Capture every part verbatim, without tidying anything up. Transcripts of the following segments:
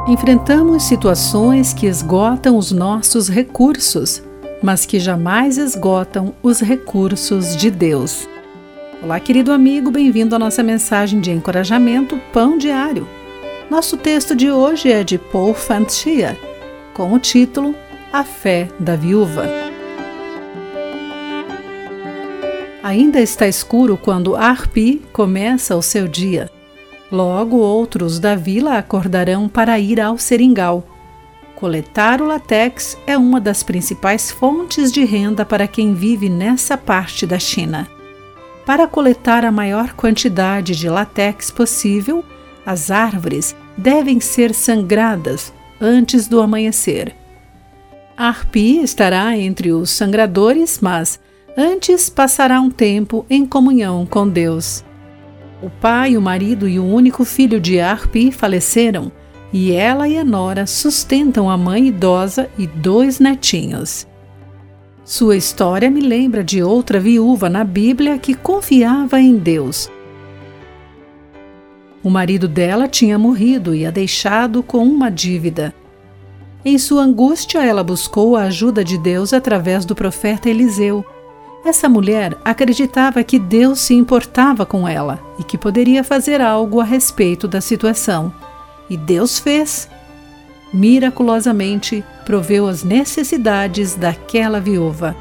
Enfrentamos situações que esgotam os nossos recursos, mas que jamais esgotam os recursos de Deus. Olá, querido amigo, bem-vindo à nossa mensagem de encorajamento Pão Diário. Nosso texto de hoje é de Paul Fanchia, com o título A Fé da Viúva. Ainda está escuro quando Arpi começa o seu dia. Logo outros da vila acordarão para ir ao seringal. Coletar o látex é uma das principais fontes de renda para quem vive nessa parte da China. Para coletar a maior quantidade de látex possível, as árvores devem ser sangradas antes do amanhecer. Arpi estará entre os sangradores, mas antes passará um tempo em comunhão com Deus. O pai, o marido e o único filho de Arpi faleceram, e ela e a nora sustentam a mãe idosa e dois netinhos. Sua história me lembra de outra viúva na Bíblia que confiava em Deus. O marido dela tinha morrido e a deixado com uma dívida. Em sua angústia, ela buscou a ajuda de Deus através do profeta Eliseu. Essa mulher acreditava que Deus se importava com ela e que poderia fazer algo a respeito da situação. E Deus fez. Miraculosamente, proveu as necessidades daquela viúva.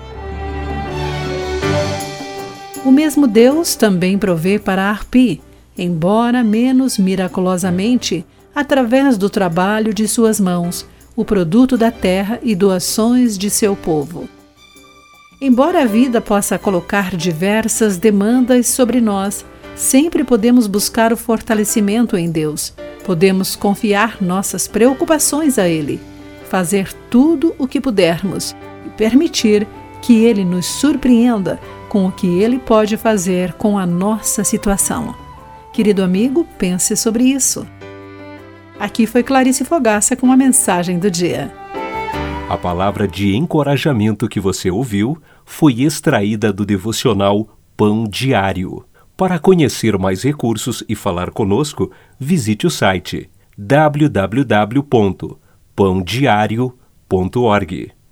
O mesmo Deus também provê para Arpi, embora menos miraculosamente, através do trabalho de suas mãos, o produto da terra e doações de seu povo. Embora a vida possa colocar diversas demandas sobre nós, sempre podemos buscar o fortalecimento em Deus. Podemos confiar nossas preocupações a Ele, fazer tudo o que pudermos e permitir que Ele nos surpreenda com o que Ele pode fazer com a nossa situação. Querido amigo, pense sobre isso. Aqui foi Clarice Fogaça com a mensagem do dia. A palavra de encorajamento que você ouviu foi extraída do devocional Pão Diário. Para conhecer mais recursos e falar conosco, visite o site w w w ponto pão diário ponto org.